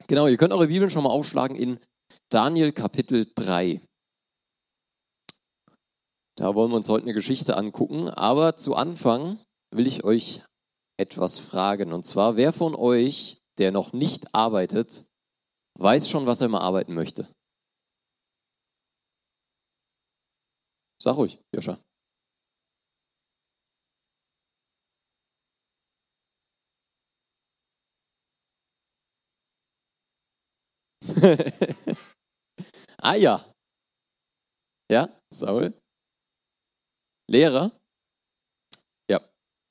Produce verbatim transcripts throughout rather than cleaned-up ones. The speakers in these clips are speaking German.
Genau, ihr könnt eure Bibeln schon mal aufschlagen in Daniel Kapitel drei. Da wollen wir uns heute eine Geschichte angucken, aber zu Anfang will ich euch etwas fragen. Und zwar, wer von euch, der noch nicht arbeitet, weiß schon, was er mal arbeiten möchte? Sag ruhig, Joscha. Ah ja. Ja, Saul? Lehrer? Ja.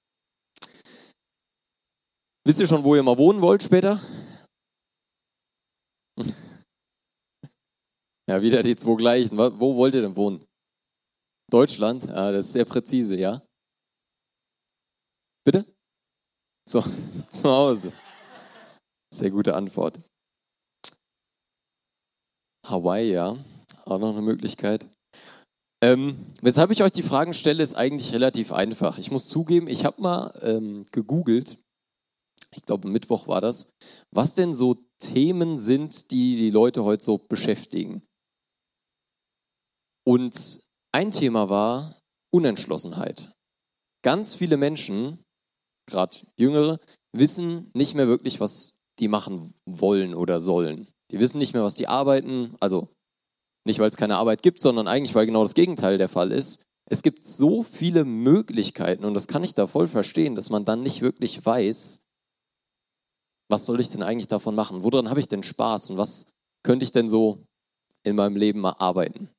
Wisst ihr schon, wo ihr mal wohnen wollt später? Ja, wieder die zwei gleichen. Wo wollt ihr denn wohnen? Deutschland? Ah, das ist sehr präzise, ja? Bitte? Zu, zu Hause. Sehr gute Antwort. Hawaii, ja. Auch noch eine Möglichkeit. Ähm, weshalb ich euch die Fragen stelle, ist eigentlich relativ einfach. Ich muss zugeben, ich habe mal ähm, gegoogelt, ich glaube Mittwoch war das, was denn so Themen sind, die die Leute heute so beschäftigen. Und ein Thema war Unentschlossenheit. Ganz viele Menschen, gerade Jüngere, wissen nicht mehr wirklich, was die machen wollen oder sollen. Die wissen nicht mehr, was die arbeiten, also nicht, weil es keine Arbeit gibt, sondern eigentlich, weil genau das Gegenteil der Fall ist. Es gibt so viele Möglichkeiten und das kann ich da voll verstehen, dass man dann nicht wirklich weiß, was soll ich denn eigentlich davon machen? Woran habe ich denn Spaß und was könnte ich denn so in meinem Leben mal arbeiten?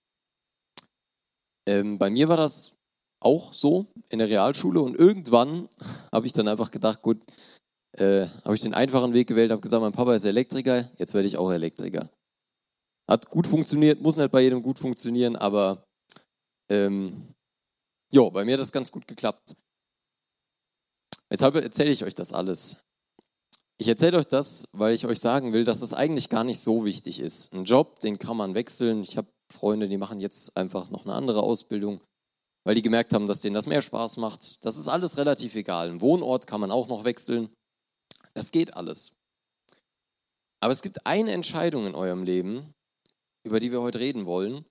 Ähm, bei mir war das auch so in der Realschule und irgendwann habe ich dann einfach gedacht, gut, äh, habe ich den einfachen Weg gewählt, habe gesagt, mein Papa ist Elektriker, jetzt werde ich auch Elektriker. Hat gut funktioniert, muss nicht bei jedem gut funktionieren, aber ähm, jo, bei mir hat das ganz gut geklappt. Weshalb erzähle ich euch das alles? Ich erzähle euch das, weil ich euch sagen will, dass das eigentlich gar nicht so wichtig ist. Ein Job, den kann man wechseln. Ich habe Freunde, die machen jetzt einfach noch eine andere Ausbildung, weil die gemerkt haben, dass denen das mehr Spaß macht. Das ist alles relativ egal. Ein Wohnort kann man auch noch wechseln. Das geht alles. Aber es gibt eine Entscheidung in eurem Leben, über die wir heute reden wollen,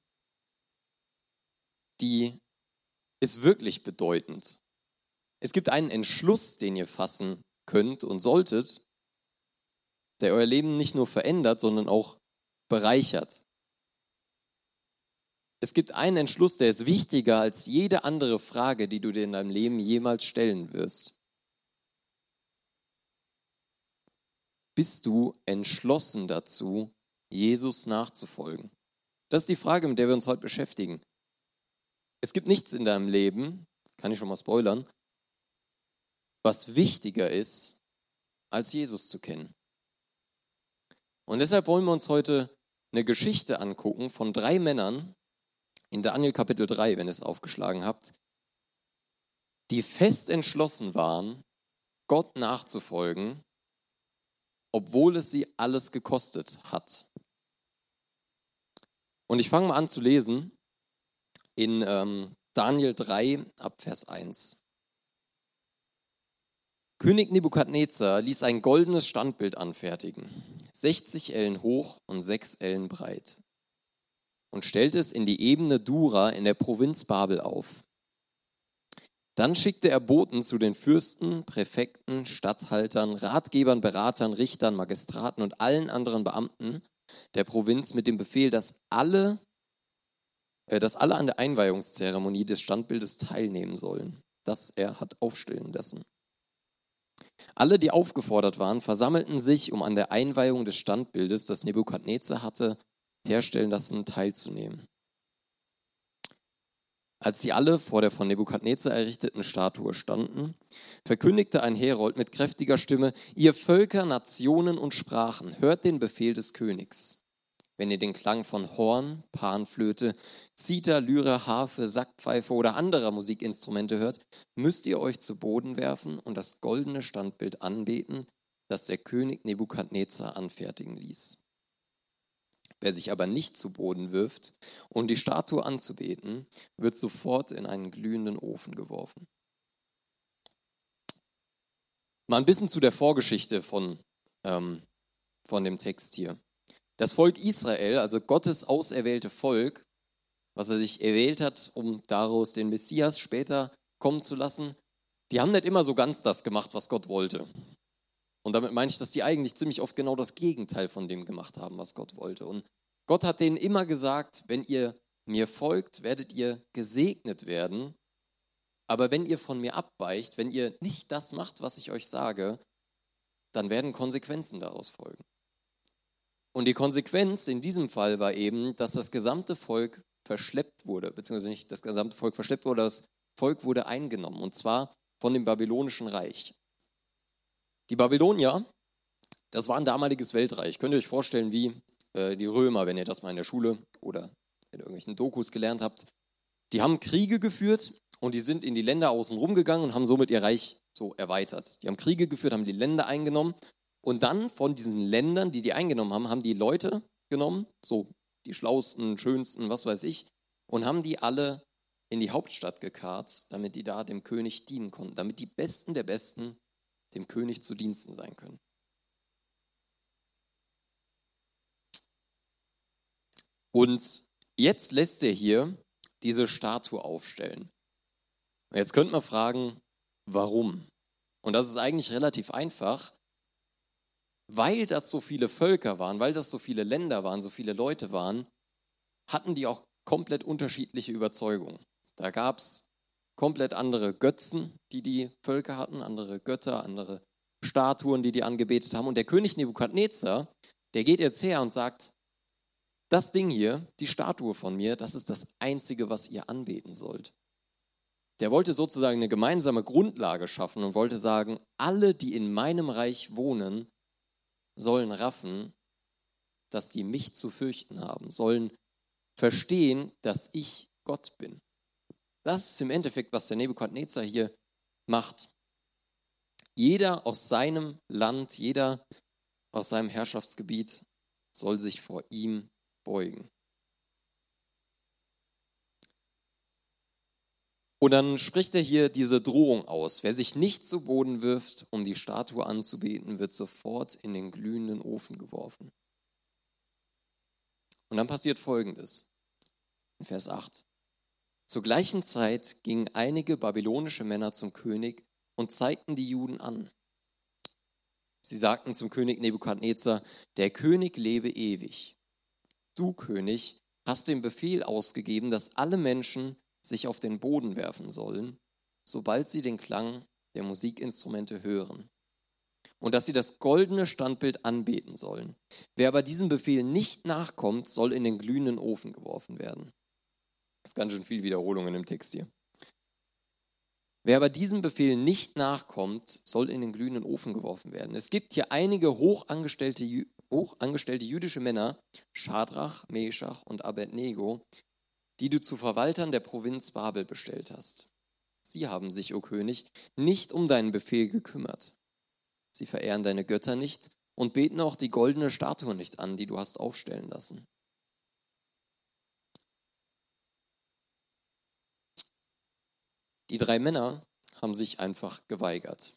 die ist wirklich bedeutend. Es gibt einen Entschluss, den ihr fassen könnt und solltet, der euer Leben nicht nur verändert, sondern auch bereichert. Es gibt einen Entschluss, der ist wichtiger als jede andere Frage, die du dir in deinem Leben jemals stellen wirst. Bist du entschlossen dazu, Jesus nachzufolgen? Das ist die Frage, mit der wir uns heute beschäftigen. Es gibt nichts in deinem Leben, kann ich schon mal spoilern, was wichtiger ist, als Jesus zu kennen. Und deshalb wollen wir uns heute eine Geschichte angucken von drei Männern in Daniel Kapitel drei, wenn ihr es aufgeschlagen habt, die fest entschlossen waren, Gott nachzufolgen, obwohl es sie alles gekostet hat. Und ich fange mal an zu lesen in ähm, Daniel drei ab Vers eins. König Nebukadnezar ließ ein goldenes Standbild anfertigen, sechzig Ellen hoch und sechs Ellen breit, und stellte es in die Ebene Dura in der Provinz Babel auf. Dann schickte er Boten zu den Fürsten, Präfekten, Statthaltern, Ratgebern, Beratern, Richtern, Magistraten und allen anderen Beamten der Provinz mit dem Befehl, dass alle, äh, dass alle an der Einweihungszeremonie des Standbildes teilnehmen sollen, das er hat aufstellen lassen. Alle, die aufgefordert waren, versammelten sich, um an der Einweihung des Standbildes, das Nebukadnezar hatte, herstellen lassen, teilzunehmen. Als sie alle vor der von Nebukadnezar errichteten Statue standen, verkündigte ein Herold mit kräftiger Stimme: Ihr Völker, Nationen und Sprachen, hört den Befehl des Königs. Wenn ihr den Klang von Horn, Panflöte, Zither, Lyra, Harfe, Sackpfeife oder anderer Musikinstrumente hört, müsst ihr euch zu Boden werfen und das goldene Standbild anbeten, das der König Nebukadnezar anfertigen ließ. Wer sich aber nicht zu Boden wirft, um die Statue anzubeten, wird sofort in einen glühenden Ofen geworfen. Mal ein bisschen zu der Vorgeschichte von, ähm, von dem Text hier. Das Volk Israel, also Gottes auserwählte Volk, was er sich erwählt hat, um daraus den Messias später kommen zu lassen, die haben nicht immer so ganz das gemacht, was Gott wollte. Und damit meine ich, dass die eigentlich ziemlich oft genau das Gegenteil von dem gemacht haben, was Gott wollte. Und Gott hat denen immer gesagt, wenn ihr mir folgt, werdet ihr gesegnet werden. Aber wenn ihr von mir abweicht, wenn ihr nicht das macht, was ich euch sage, dann werden Konsequenzen daraus folgen. Und die Konsequenz in diesem Fall war eben, dass das gesamte Volk verschleppt wurde, beziehungsweise nicht das gesamte Volk verschleppt wurde, das Volk wurde eingenommen, und zwar von dem babylonischen Reich. Die Babylonier, das war ein damaliges Weltreich. Könnt ihr euch vorstellen, wie äh, die Römer, wenn ihr das mal in der Schule oder in irgendwelchen Dokus gelernt habt, die haben Kriege geführt und die sind in die Länder außen rum gegangen und haben somit ihr Reich so erweitert. Die haben Kriege geführt, haben die Länder eingenommen und dann von diesen Ländern, die die eingenommen haben, haben die Leute genommen, so die schlausten, schönsten, was weiß ich, und haben die alle in die Hauptstadt gekarrt, damit die da dem König dienen konnten, damit die Besten der Besten dem König zu Diensten sein können. Und jetzt lässt er hier diese Statue aufstellen. Und jetzt könnte man fragen, warum? Und das ist eigentlich relativ einfach, weil das so viele Völker waren, weil das so viele Länder waren, so viele Leute waren, hatten die auch komplett unterschiedliche Überzeugungen. Da gab es komplett andere Götzen, die die Völker hatten, andere Götter, andere Statuen, die die angebetet haben. Und der König Nebukadnezar, der geht jetzt her und sagt, das Ding hier, die Statue von mir, das ist das Einzige, was ihr anbeten sollt. Der wollte sozusagen eine gemeinsame Grundlage schaffen und wollte sagen, alle, die in meinem Reich wohnen, sollen raffen, dass die mich zu fürchten haben, sollen verstehen, dass ich Gott bin. Das ist im Endeffekt, was der Nebukadnezar hier macht. Jeder aus seinem Land, jeder aus seinem Herrschaftsgebiet soll sich vor ihm beugen. Und dann spricht er hier diese Drohung aus. Wer sich nicht zu Boden wirft, um die Statue anzubeten, wird sofort in den glühenden Ofen geworfen. Und dann passiert Folgendes. In Vers acht. Zur gleichen Zeit gingen einige babylonische Männer zum König und zeigten die Juden an. Sie sagten zum König Nebukadnezar, der König lebe ewig. Du, König, hast den Befehl ausgegeben, dass alle Menschen sich auf den Boden werfen sollen, sobald sie den Klang der Musikinstrumente hören. Und dass sie das goldene Standbild anbeten sollen. Wer aber diesem Befehl nicht nachkommt, soll in den glühenden Ofen geworfen werden. Das ist ganz schön viel Wiederholungen im Text hier. Wer aber diesem Befehl nicht nachkommt, soll in den glühenden Ofen geworfen werden. Es gibt hier einige hochangestellte, hochangestellte jüdische Männer, Schadrach, Meschach und Abednego, die du zu Verwaltern der Provinz Babel bestellt hast. Sie haben sich, o König, nicht um deinen Befehl gekümmert. Sie verehren deine Götter nicht und beten auch die goldene Statue nicht an, die du hast aufstellen lassen. Die drei Männer haben sich einfach geweigert.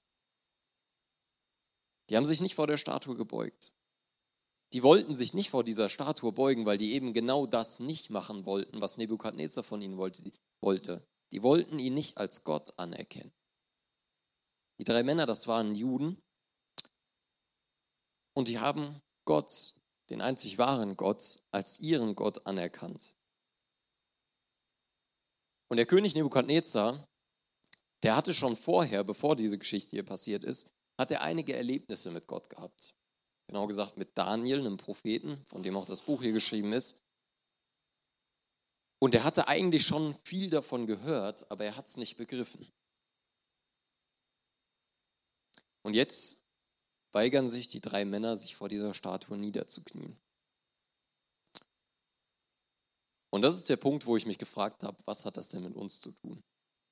Die haben sich nicht vor der Statue gebeugt. Die wollten sich nicht vor dieser Statue beugen, weil die eben genau das nicht machen wollten, was Nebukadnezar von ihnen wollte. Die wollten ihn nicht als Gott anerkennen. Die drei Männer, das waren Juden, und die haben Gott, den einzig wahren Gott, als ihren Gott anerkannt. Und der König Nebukadnezar, der hatte schon vorher, bevor diese Geschichte hier passiert ist, hat er einige Erlebnisse mit Gott gehabt. Genau gesagt mit Daniel, einem Propheten, von dem auch das Buch hier geschrieben ist. Und er hatte eigentlich schon viel davon gehört, aber er hat es nicht begriffen. Und jetzt weigern sich die drei Männer, sich vor dieser Statue niederzuknien. Und das ist der Punkt, wo ich mich gefragt habe, was hat das denn mit uns zu tun?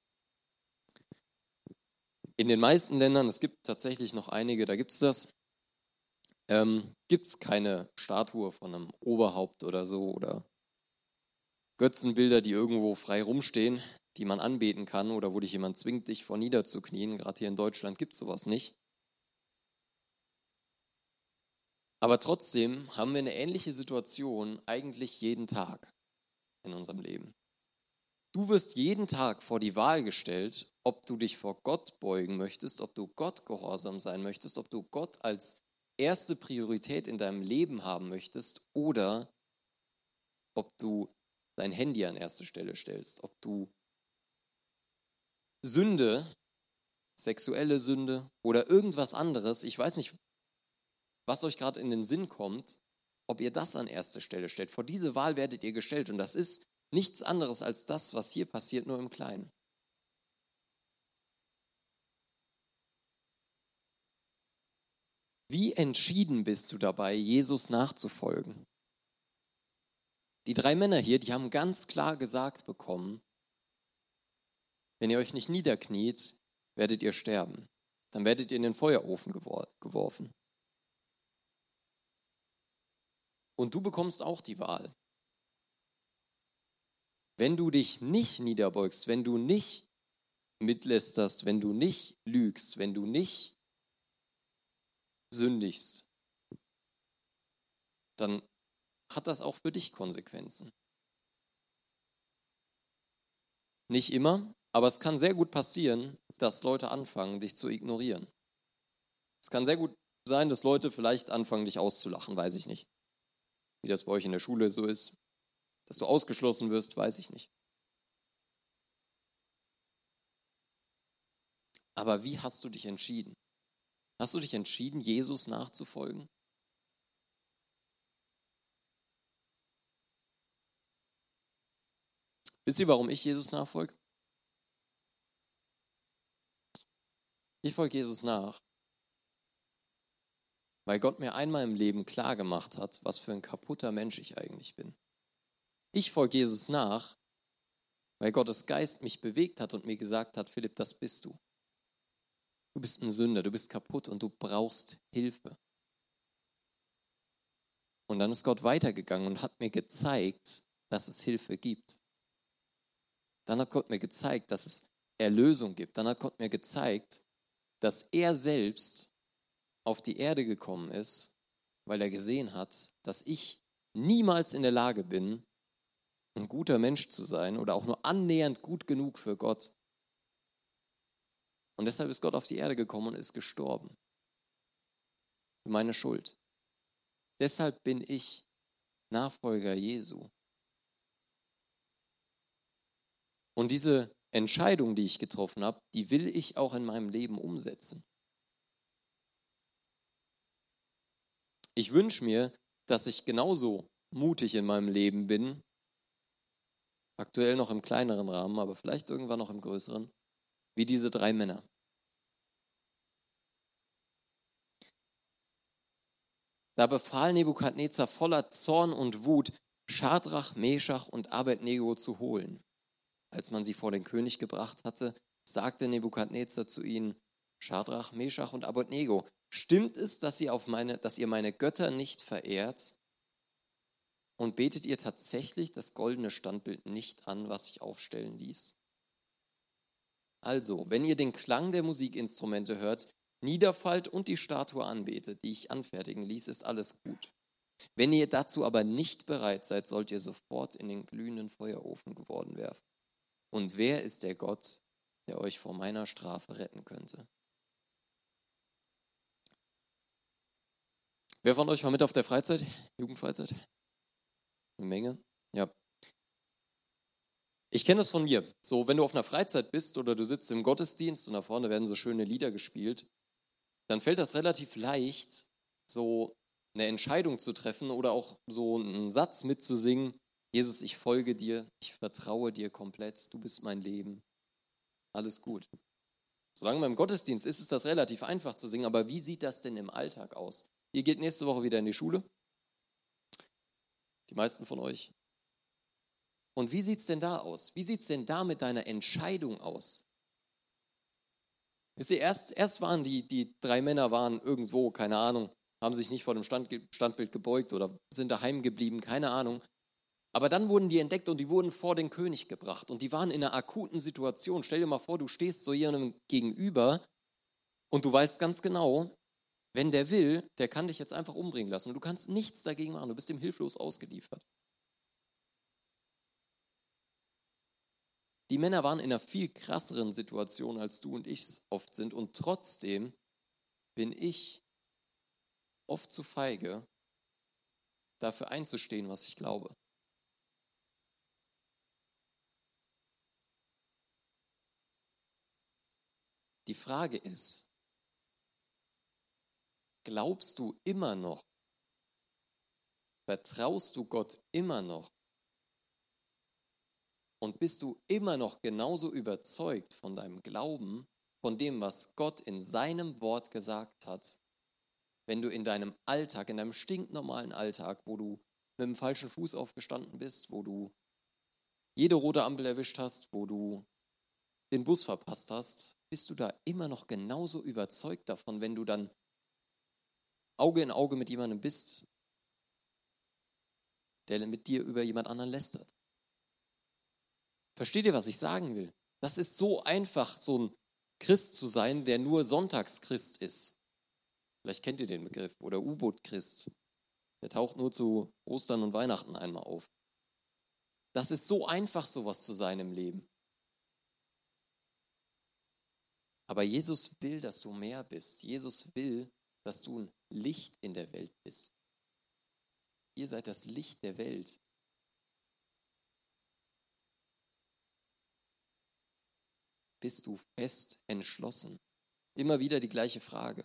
In den meisten Ländern, es gibt tatsächlich noch einige, da gibt es das, ähm, gibt es keine Statue von einem Oberhaupt oder so oder Götzenbilder, die irgendwo frei rumstehen, die man anbeten kann oder wo dich jemand zwingt, dich vor niederzuknien. Gerade hier in Deutschland gibt es sowas nicht. Aber trotzdem haben wir eine ähnliche Situation eigentlich jeden Tag in unserem Leben. Du wirst jeden Tag vor die Wahl gestellt, ob du dich vor Gott beugen möchtest, ob du Gott gehorsam sein möchtest, ob du Gott als erste Priorität in deinem Leben haben möchtest oder ob du dein Handy an erste Stelle stellst, ob du Sünde, sexuelle Sünde oder irgendwas anderes, ich weiß nicht, was euch gerade in den Sinn kommt, ob ihr das an erste Stelle stellt. Vor diese Wahl werdet ihr gestellt und das ist nichts anderes als das, was hier passiert, nur im Kleinen. Wie entschieden bist du dabei, Jesus nachzufolgen? Die drei Männer hier, die haben ganz klar gesagt bekommen, wenn ihr euch nicht niederkniet, werdet ihr sterben. Dann werdet ihr in den Feuerofen geworfen. Und du bekommst auch die Wahl. Wenn du dich nicht niederbeugst, wenn du nicht mitlästerst, wenn du nicht lügst, wenn du nicht sündigst, dann hat das auch für dich Konsequenzen. Nicht immer, aber es kann sehr gut passieren, dass Leute anfangen, dich zu ignorieren. Es kann sehr gut sein, dass Leute vielleicht anfangen, dich auszulachen, weiß ich nicht. Wie das bei euch in der Schule so ist. Dass du ausgeschlossen wirst, weiß ich nicht. Aber wie hast du dich entschieden? Hast du dich entschieden, Jesus nachzufolgen? Wisst ihr, warum ich Jesus nachfolge? Ich folge Jesus nach, weil Gott mir einmal im Leben klar gemacht hat, was für ein kaputter Mensch ich eigentlich bin. Ich folge Jesus nach, weil Gottes Geist mich bewegt hat und mir gesagt hat, Philipp, das bist du. Du bist ein Sünder, du bist kaputt und du brauchst Hilfe. Und dann ist Gott weitergegangen und hat mir gezeigt, dass es Hilfe gibt. Dann hat Gott mir gezeigt, dass es Erlösung gibt. Dann hat Gott mir gezeigt, dass er selbst auf die Erde gekommen ist, weil er gesehen hat, dass ich niemals in der Lage bin, ein guter Mensch zu sein oder auch nur annähernd gut genug für Gott. Und deshalb ist Gott auf die Erde gekommen und ist gestorben. Für meine Schuld. Deshalb bin ich Nachfolger Jesu. Und diese Entscheidung, die ich getroffen habe, die will ich auch in meinem Leben umsetzen. Ich wünsche mir, dass ich genauso mutig in meinem Leben bin, aktuell noch im kleineren Rahmen, aber vielleicht irgendwann noch im größeren, wie diese drei Männer. Da befahl Nebukadnezar voller Zorn und Wut, Schadrach, Meschach und Abednego zu holen. Als man sie vor den König gebracht hatte, sagte Nebukadnezar zu ihnen, Schadrach, Meschach und Abednego, stimmt es, dass ihr, auf meine, dass ihr meine Götter nicht verehrt? Und betet ihr tatsächlich das goldene Standbild nicht an, was ich aufstellen ließ? Also, wenn ihr den Klang der Musikinstrumente hört, niederfallt und die Statue anbetet, die ich anfertigen ließ, ist alles gut. Wenn ihr dazu aber nicht bereit seid, sollt ihr sofort in den glühenden Feuerofen geworden werfen. Und wer ist der Gott, der euch vor meiner Strafe retten könnte? Wer von euch war mit auf der Freizeit, Jugendfreizeit? Eine Menge? Ja. Ich kenne das von mir. So, wenn du auf einer Freizeit bist oder du sitzt im Gottesdienst und da vorne werden so schöne Lieder gespielt, dann fällt das relativ leicht, so eine Entscheidung zu treffen oder auch so einen Satz mitzusingen. Jesus, ich folge dir, ich vertraue dir komplett, du bist mein Leben. Alles gut. Solange man im Gottesdienst ist, ist das relativ einfach zu singen, aber wie sieht das denn im Alltag aus? Ihr geht nächste Woche wieder in die Schule. Die meisten von euch. Und wie sieht es denn da aus? Wie sieht es denn da mit deiner Entscheidung aus? Wisst ihr, erst, erst waren die, die drei Männer waren irgendwo, keine Ahnung, haben sich nicht vor dem Stand, Standbild gebeugt oder sind daheim geblieben, keine Ahnung. Aber dann wurden die entdeckt und die wurden vor den König gebracht und die waren in einer akuten Situation. Stell dir mal vor, du stehst so jemandem gegenüber und du weißt ganz genau, Wenn der will, der kann dich jetzt einfach umbringen lassen und du kannst nichts dagegen machen, du bist ihm hilflos ausgeliefert. Die Männer waren in einer viel krasseren Situation, als du und ich es oft sind und trotzdem bin ich oft zu feige, dafür einzustehen, was ich glaube. Die Frage ist, glaubst du immer noch, vertraust du Gott immer noch und bist du immer noch genauso überzeugt von deinem Glauben, von dem, was Gott in seinem Wort gesagt hat, wenn du in deinem Alltag, in deinem stinknormalen Alltag, wo du mit dem falschen Fuß aufgestanden bist, wo du jede rote Ampel erwischt hast, wo du den Bus verpasst hast, bist du da immer noch genauso überzeugt davon, wenn du dann Auge in Auge mit jemandem bist, der mit dir über jemand anderen lästert. Versteht ihr, was ich sagen will? Das ist so einfach, so ein Christ zu sein, der nur Sonntagschrist ist. Vielleicht kennt ihr den Begriff. Oder U-Boot-Christ. Der taucht nur zu Ostern und Weihnachten einmal auf. Das ist so einfach, sowas zu sein im Leben. Aber Jesus will, dass du mehr bist. Jesus will, dass du ein Licht in der Welt bist. Ihr seid das Licht der Welt. Bist du fest entschlossen? Immer wieder die gleiche Frage.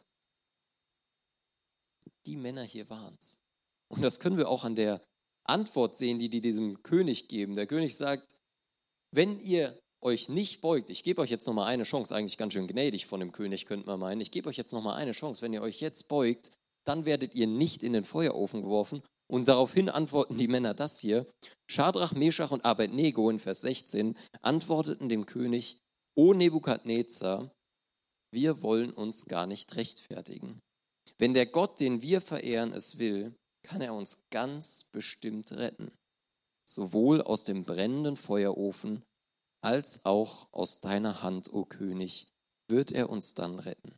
Die Männer hier waren es. Und das können wir auch an der Antwort sehen, die die diesem König geben. Der König sagt, wenn ihr euch nicht beugt, ich gebe euch jetzt nochmal eine Chance, eigentlich ganz schön gnädig von dem König, könnte man meinen, ich gebe euch jetzt nochmal eine Chance, wenn ihr euch jetzt beugt, dann werdet ihr nicht in den Feuerofen geworfen. Und daraufhin antworten die Männer das hier. Schadrach, Meschach und Abednego in Vers sechzehn antworteten dem König, O Nebukadnezar, wir wollen uns gar nicht rechtfertigen. Wenn der Gott, den wir verehren, es will, kann er uns ganz bestimmt retten. Sowohl aus dem brennenden Feuerofen als auch aus deiner Hand, o König, wird er uns dann retten.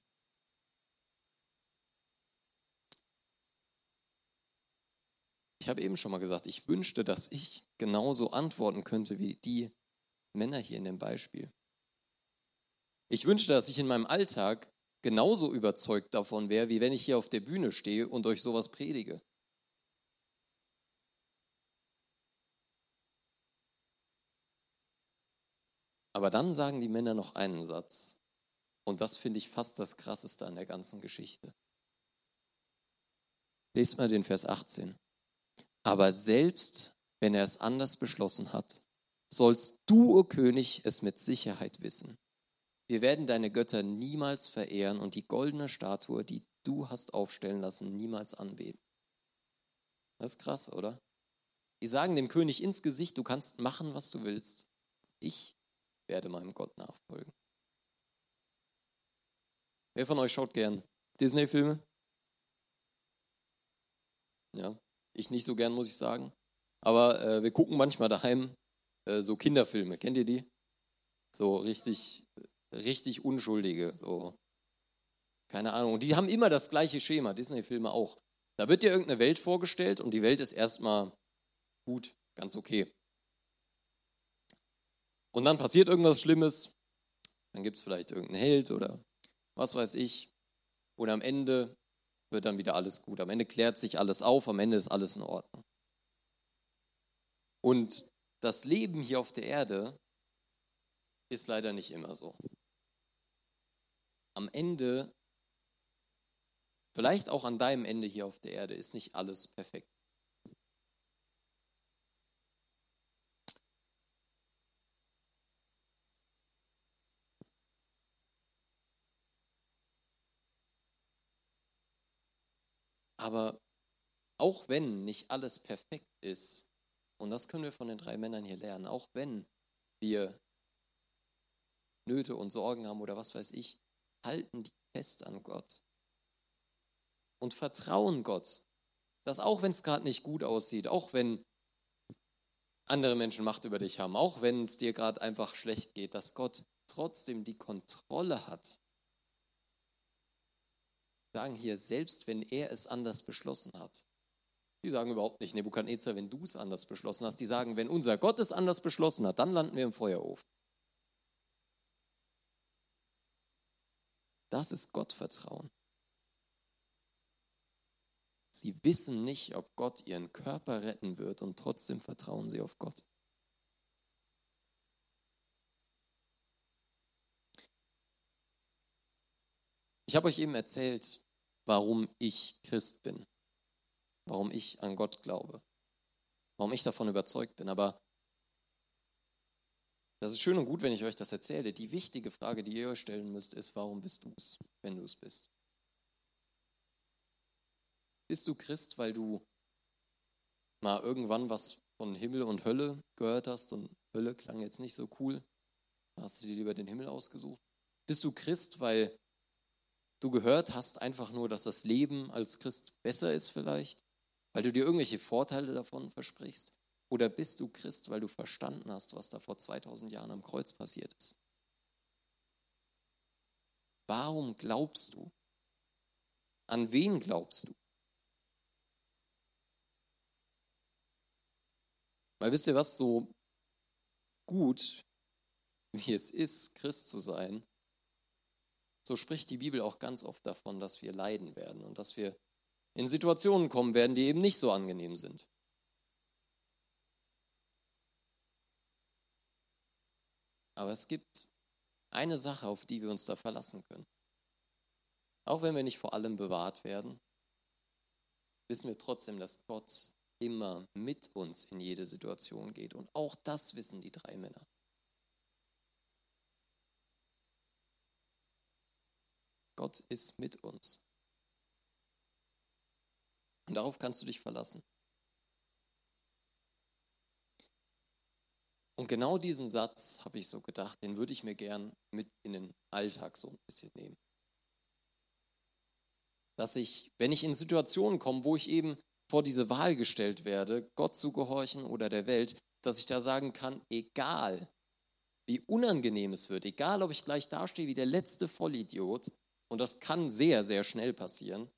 Ich habe eben schon mal gesagt, ich wünschte, dass ich genauso antworten könnte wie die Männer hier in dem Beispiel. Ich wünschte, dass ich in meinem Alltag genauso überzeugt davon wäre, wie wenn ich hier auf der Bühne stehe und euch sowas predige. Aber dann sagen die Männer noch einen Satz. Und das finde ich fast das Krasseste an der ganzen Geschichte. Lest mal den Vers achtzehn. Aber selbst wenn er es anders beschlossen hat, sollst du, o König, es mit Sicherheit wissen. Wir werden deine Götter niemals verehren und die goldene Statue, die du hast aufstellen lassen, niemals anbeten. Das ist krass, oder? Die sagen dem König ins Gesicht, du kannst machen, was du willst. Ich werde meinem Gott nachfolgen. Wer von euch schaut gern Disney-Filme? Ja, ich nicht so gern, muss ich sagen. Aber äh, wir gucken manchmal daheim äh, so Kinderfilme. Kennt ihr die? So richtig, richtig unschuldige. So, keine Ahnung. Und die haben immer das gleiche Schema, Disney-Filme auch. Da wird dir irgendeine Welt vorgestellt und die Welt ist erstmal gut, ganz okay. Und dann passiert irgendwas Schlimmes. Dann gibt es vielleicht irgendeinen Held oder was weiß ich. Und am Ende wird dann wieder alles gut. Am Ende klärt sich alles auf, am Ende ist alles in Ordnung. Und das Leben hier auf der Erde ist leider nicht immer so. Am Ende, vielleicht auch an deinem Ende hier auf der Erde, ist nicht alles perfekt. Aber auch wenn nicht alles perfekt ist, und das können wir von den drei Männern hier lernen, auch wenn wir Nöte und Sorgen haben oder was weiß ich, halten die fest an Gott und vertrauen Gott, dass auch wenn es gerade nicht gut aussieht, auch wenn andere Menschen Macht über dich haben, auch wenn es dir gerade einfach schlecht geht, dass Gott trotzdem die Kontrolle hat. sagen hier, selbst wenn er es anders beschlossen hat. Die sagen überhaupt nicht, Nebukadnezar, wenn du es anders beschlossen hast. Die sagen, wenn unser Gott es anders beschlossen hat, dann landen wir im Feuerofen. Das ist Gottvertrauen. Sie wissen nicht, ob Gott ihren Körper retten wird und trotzdem vertrauen sie auf Gott. Ich habe euch eben erzählt, warum ich Christ bin, warum ich an Gott glaube, warum ich davon überzeugt bin. Aber das ist schön und gut, wenn ich euch das erzähle. Die wichtige Frage, die ihr euch stellen müsst, ist, warum bist du es, wenn du es bist? Bist du Christ, weil du mal irgendwann was von Himmel und Hölle gehört hast und Hölle klang jetzt nicht so cool? Hast du dir lieber den Himmel ausgesucht? Bist du Christ, weil du gehört hast einfach nur, dass das Leben als Christ besser ist vielleicht? Weil du dir irgendwelche Vorteile davon versprichst? Oder bist du Christ, weil du verstanden hast, was da vor zweitausend Jahren am Kreuz passiert ist? Warum glaubst du? An wen glaubst du? Weil wisst ihr was, so gut wie es ist, Christ zu sein, so spricht die Bibel auch ganz oft davon, dass wir leiden werden und dass wir in Situationen kommen werden, die eben nicht so angenehm sind. Aber es gibt eine Sache, auf die wir uns da verlassen können. Auch wenn wir nicht vor allem bewahrt werden, wissen wir trotzdem, dass Gott immer mit uns in jede Situation geht. Und auch das wissen die drei Männer. Gott ist mit uns. Und darauf kannst du dich verlassen. Und genau diesen Satz, habe ich so gedacht, den würde ich mir gern mit in den Alltag so ein bisschen nehmen. Dass ich, wenn ich in Situationen komme, wo ich eben vor diese Wahl gestellt werde, Gott zu gehorchen oder der Welt, dass ich da sagen kann, egal wie unangenehm es wird, egal ob ich gleich dastehe wie der letzte Vollidiot, und das kann sehr, sehr schnell passieren,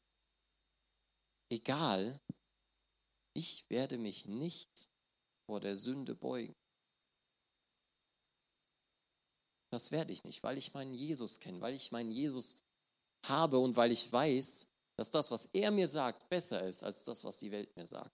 egal, ich werde mich nicht vor der Sünde beugen. Das werde ich nicht, weil ich meinen Jesus kenne, weil ich meinen Jesus habe und weil ich weiß, dass das, was er mir sagt, besser ist als das, was die Welt mir sagt.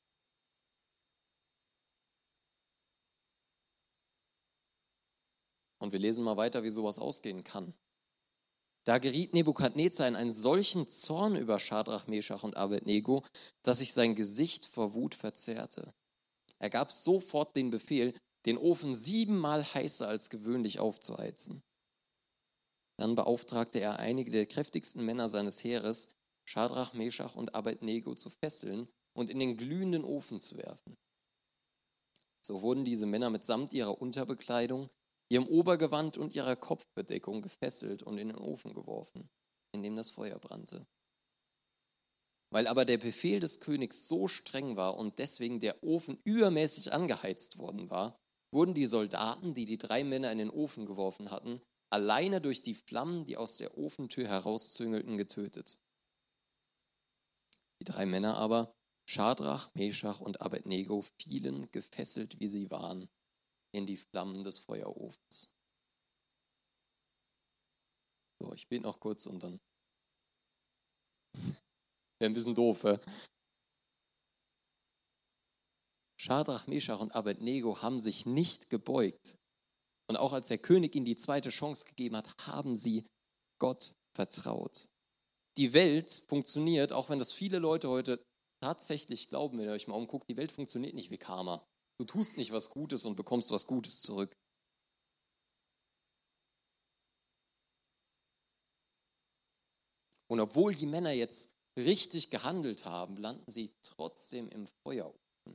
Und wir lesen mal weiter, wie sowas ausgehen kann. Da geriet Nebukadnezar in einen solchen Zorn über Schadrach, Meschach und Abednego, dass sich sein Gesicht vor Wut verzerrte. Er gab sofort den Befehl, den Ofen siebenmal heißer als gewöhnlich aufzuheizen. Dann beauftragte er einige der kräftigsten Männer seines Heeres, Schadrach, Meschach und Abednego zu fesseln und in den glühenden Ofen zu werfen. So wurden diese Männer mitsamt ihrer Unterbekleidung, ihrem Obergewand und ihrer Kopfbedeckung gefesselt und in den Ofen geworfen, in dem das Feuer brannte. Weil aber der Befehl des Königs so streng war und deswegen der Ofen übermäßig angeheizt worden war, wurden die Soldaten, die die drei Männer in den Ofen geworfen hatten, alleine durch die Flammen, die aus der Ofentür herauszüngelten, getötet. Die drei Männer aber, Schadrach, Meschach und Abednego, fielen, gefesselt wie sie waren, in die Flammen des Feuerofens. So, ich bete noch kurz und dann wäre ein bisschen doof. Hä? Schadrach, Meschach und Abednego haben sich nicht gebeugt. Und auch als der König ihnen die zweite Chance gegeben hat, haben sie Gott vertraut. Die Welt funktioniert, auch wenn das viele Leute heute tatsächlich glauben, wenn ihr euch mal umguckt, die Welt funktioniert nicht wie Karma. Du tust nicht was Gutes und bekommst was Gutes zurück. Und obwohl die Männer jetzt richtig gehandelt haben, landen sie trotzdem im Feuerofen.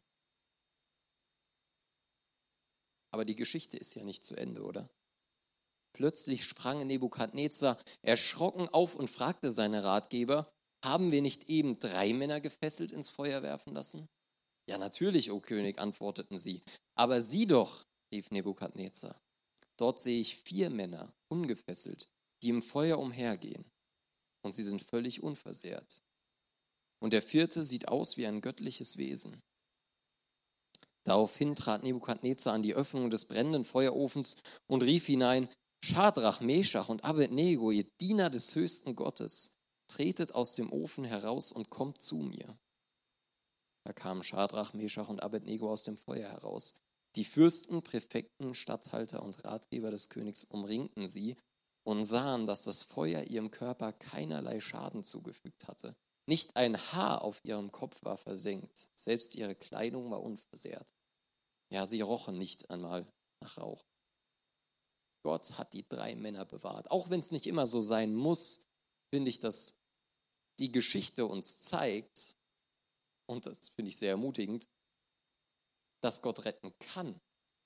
Aber die Geschichte ist ja nicht zu Ende, oder? Plötzlich sprang Nebukadnezar erschrocken auf und fragte seine Ratgeber, haben wir nicht eben drei Männer gefesselt ins Feuer werfen lassen? Ja, natürlich, o König, antworteten sie. Aber sieh doch, rief Nebukadnezar, dort sehe ich vier Männer, ungefesselt, die im Feuer umhergehen. und sie sind völlig unversehrt. Und der vierte sieht aus wie ein göttliches Wesen. Daraufhin trat Nebukadnezar an die Öffnung des brennenden Feuerofens und rief hinein: Schadrach, Meschach und Abednego, ihr Diener des höchsten Gottes, tretet aus dem Ofen heraus und kommt zu mir. Da kamen Schadrach, Meschach und Abednego aus dem Feuer heraus. Die Fürsten, Präfekten, Statthalter und Ratgeber des Königs umringten sie und sahen, dass das Feuer ihrem Körper keinerlei Schaden zugefügt hatte. Nicht ein Haar auf ihrem Kopf war versengt, selbst ihre Kleidung war unversehrt. Ja, sie rochen nicht einmal nach Rauch. Gott hat die drei Männer bewahrt. Auch wenn es nicht immer so sein muss, finde ich, dass die Geschichte uns zeigt, und das finde ich sehr ermutigend, dass Gott retten kann.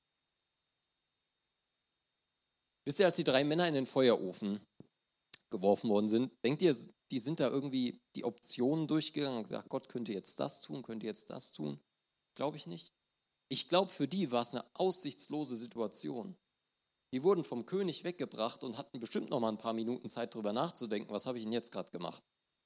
Wisst ihr, als die drei Männer in den Feuerofen geworfen worden sind, denkt ihr, die sind da irgendwie die Optionen durchgegangen und gesagt, Gott könnte jetzt das tun, könnte jetzt das tun? Glaube ich nicht. Ich glaube, für die war es eine aussichtslose Situation. Die wurden vom König weggebracht und hatten bestimmt noch mal ein paar Minuten Zeit, darüber nachzudenken, was habe ich denn jetzt gerade gemacht?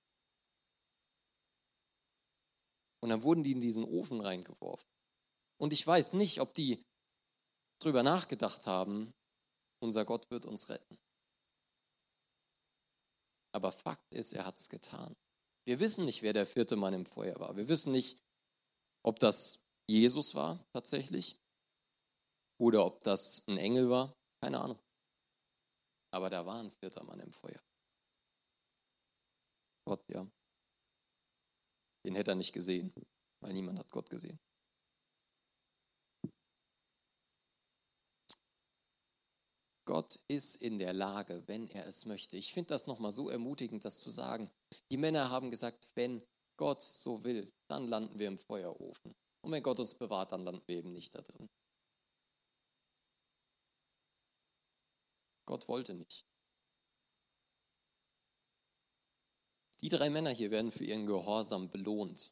Und dann wurden die in diesen Ofen reingeworfen. Und ich weiß nicht, ob die drüber nachgedacht haben, unser Gott wird uns retten. Aber Fakt ist, er hat es getan. Wir wissen nicht, wer der vierte Mann im Feuer war. Wir wissen nicht, ob das Jesus war tatsächlich oder ob das ein Engel war. Keine Ahnung. Aber da war ein vierter Mann im Feuer. Gott, ja. Den hätte er nicht gesehen, weil niemand hat Gott gesehen. Gott ist in der Lage, wenn er es möchte. Ich finde das nochmal so ermutigend, das zu sagen. Die Männer haben gesagt, wenn Gott so will, dann landen wir im Feuerofen. Und wenn Gott uns bewahrt, dann landen wir eben nicht da drin. Gott wollte nicht. Die drei Männer hier werden für ihren Gehorsam belohnt.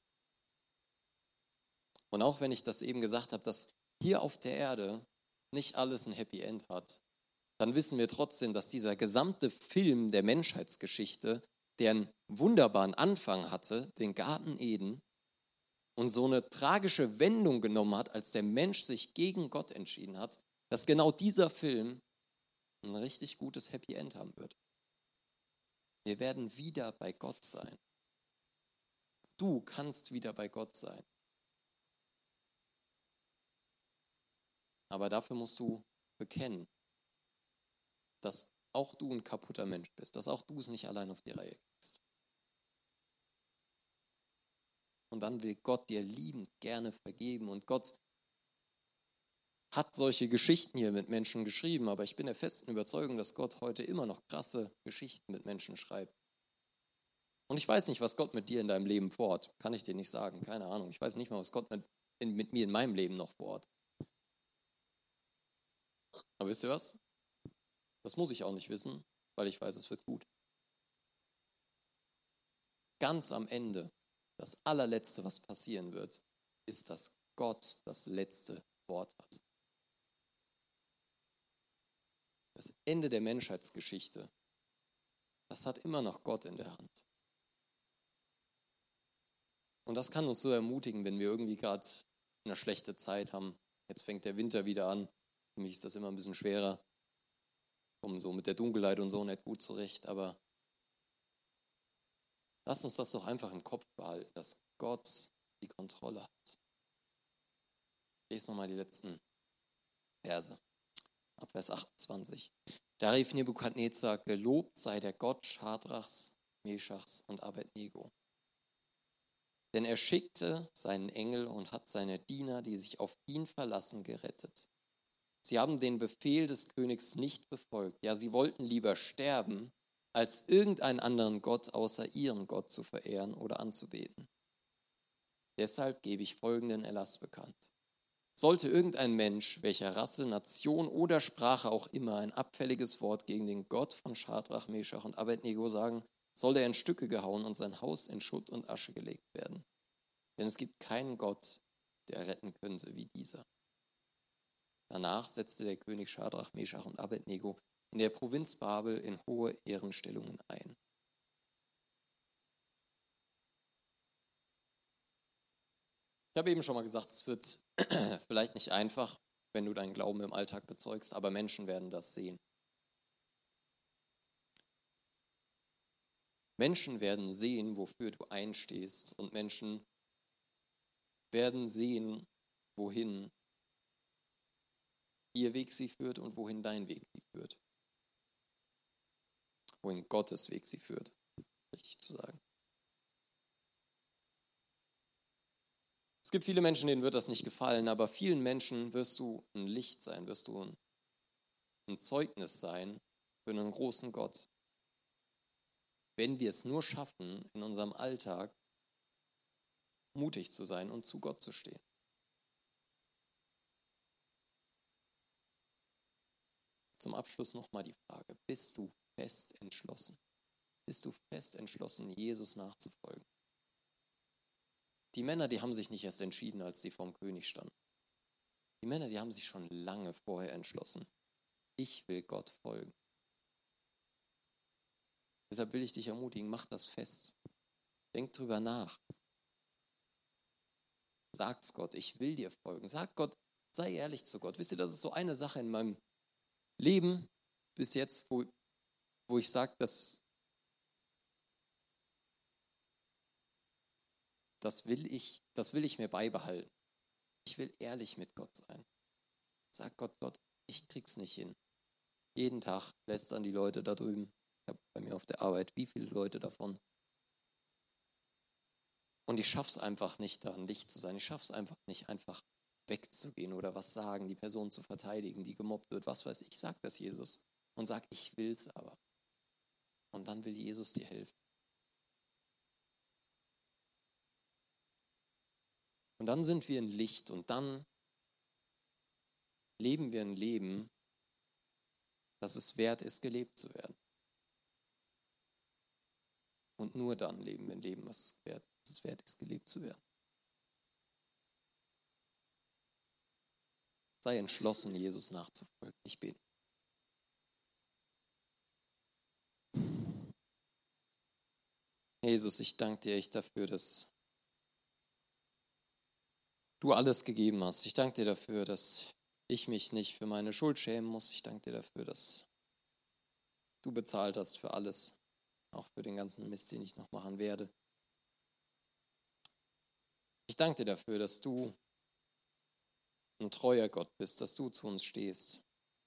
Und auch wenn ich das eben gesagt habe, dass hier auf der Erde nicht alles ein Happy End hat, dann wissen wir trotzdem, dass dieser gesamte Film der Menschheitsgeschichte, der einen wunderbaren Anfang hatte, den Garten Eden, und so eine tragische Wendung genommen hat, als der Mensch sich gegen Gott entschieden hat, dass genau dieser Film ein richtig gutes Happy End haben wird. Wir werden wieder bei Gott sein. Du kannst wieder bei Gott sein. Aber dafür musst du bekennen, dass auch du ein kaputter Mensch bist, dass auch du es nicht allein auf die Reihe kriegst. Und dann will Gott dir liebend gerne vergeben. Und Gott hat solche Geschichten hier mit Menschen geschrieben, aber ich bin der festen Überzeugung, dass Gott heute immer noch krasse Geschichten mit Menschen schreibt. Und ich weiß nicht, was Gott mit dir in deinem Leben vorhat. Kann ich dir nicht sagen, keine Ahnung. Ich weiß nicht mal, was Gott mit, in, mit mir in meinem Leben noch vorhat. Aber wisst ihr was? Das muss ich auch nicht wissen, weil ich weiß, es wird gut. Ganz am Ende, das allerletzte, was passieren wird, ist, dass Gott das letzte Wort hat. Das Ende der Menschheitsgeschichte, das hat immer noch Gott in der Hand. Und das kann uns so ermutigen, wenn wir irgendwie gerade eine schlechte Zeit haben. Jetzt fängt der Winter wieder an. Für mich ist das immer ein bisschen schwerer. Ich komme so mit der Dunkelheit und so nicht gut zurecht, aber lasst uns das doch einfach im Kopf behalten, dass Gott die Kontrolle hat. Ich lese nochmal die letzten Verse. Ab Vers achtundzwanzig. Da rief Nebukadnezar: Gelobt sei der Gott Schadrachs, Meschachs und Abednego. Denn er schickte seinen Engel und hat seine Diener, die sich auf ihn verlassen, gerettet. Sie haben den Befehl des Königs nicht befolgt. Ja, sie wollten lieber sterben, als irgendeinen anderen Gott außer ihren Gott zu verehren oder anzubeten. Deshalb gebe ich folgenden Erlass bekannt. Sollte irgendein Mensch, welcher Rasse, Nation oder Sprache auch immer, ein abfälliges Wort gegen den Gott von Schadrach, Meschach und Abednego sagen, soll er in Stücke gehauen und sein Haus in Schutt und Asche gelegt werden. Denn es gibt keinen Gott, der retten könnte wie dieser. Danach setzte der König Schadrach, Meschach und Abednego in der Provinz Babel in hohe Ehrenstellungen ein. Ich habe eben schon mal gesagt, es wird vielleicht nicht einfach, wenn du deinen Glauben im Alltag bezeugst, aber Menschen werden das sehen. Menschen werden sehen, wofür du einstehst, und Menschen werden sehen, wohin ihr Weg sie führt und wohin dein Weg sie führt. Wohin Gottes Weg sie führt, richtig zu sagen. Es gibt viele Menschen, denen wird das nicht gefallen, aber vielen Menschen wirst du ein Licht sein, wirst du ein, ein Zeugnis sein für einen großen Gott. Wenn wir es nur schaffen, in unserem Alltag mutig zu sein und zu Gott zu stehen. Zum Abschluss nochmal die Frage, bist du fest entschlossen? Bist du fest entschlossen, Jesus nachzufolgen? Die Männer, die haben sich nicht erst entschieden, als sie vorm König standen. Die Männer, die haben sich schon lange vorher entschlossen. Ich will Gott folgen. Deshalb will ich dich ermutigen, mach das fest. Denk drüber nach. Sag's Gott, ich will dir folgen. Sag Gott, sei ehrlich zu Gott. Wisst ihr, das ist so eine Sache in meinem Leben bis jetzt, wo, wo ich sage, dass das will ich, das will ich mir beibehalten. Ich will ehrlich mit Gott sein. Sag Gott, Gott, ich krieg's nicht hin. Jeden Tag lästern die Leute da drüben, ich habe bei mir auf der Arbeit, wie viele Leute davon. Und ich schaff's einfach nicht, da ein Licht zu sein. Ich schaff's einfach nicht, einfach wegzugehen oder was sagen, die Person zu verteidigen, die gemobbt wird, was weiß ich. Sag das Jesus und sag, ich will's aber. Und dann will Jesus dir helfen. Und dann sind wir ein Licht und dann leben wir ein Leben, dass es wert ist, gelebt zu werden. Und nur dann leben wir ein Leben, was es wert, was es wert ist, gelebt zu werden. Sei entschlossen, Jesus nachzufolgen. Ich bete. Jesus, ich danke dir echt dafür, dass du alles gegeben hast. Ich danke dir dafür, dass ich mich nicht für meine Schuld schämen muss. Ich danke dir dafür, dass du bezahlt hast für alles, auch für den ganzen Mist, den ich noch machen werde. Ich danke dir dafür, dass du ein treuer Gott bist, dass du zu uns stehst.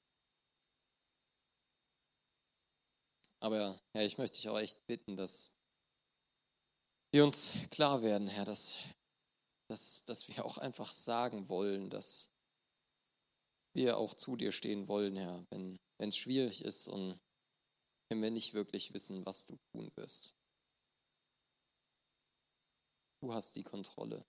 Aber Herr, ich möchte dich auch echt bitten, dass wir uns klar werden, Herr, dass, dass, dass wir auch einfach sagen wollen, dass wir auch zu dir stehen wollen, Herr, wenn wenn es schwierig ist und wenn wir nicht wirklich wissen, was du tun wirst. Du hast die Kontrolle.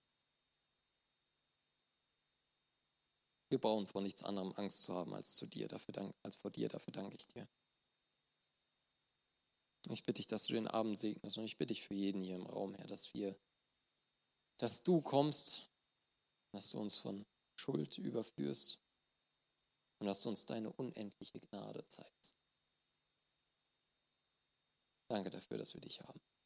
Wir brauchen vor nichts anderem Angst zu haben als zu dir, dafür dank, als vor dir, dafür danke ich dir. Ich bitte dich, dass du den Abend segnest und ich bitte dich für jeden hier im Raum, Herr, dass wir, dass du kommst, dass du uns von Schuld überführst und dass du uns deine unendliche Gnade zeigst. Danke dafür, dass wir dich haben.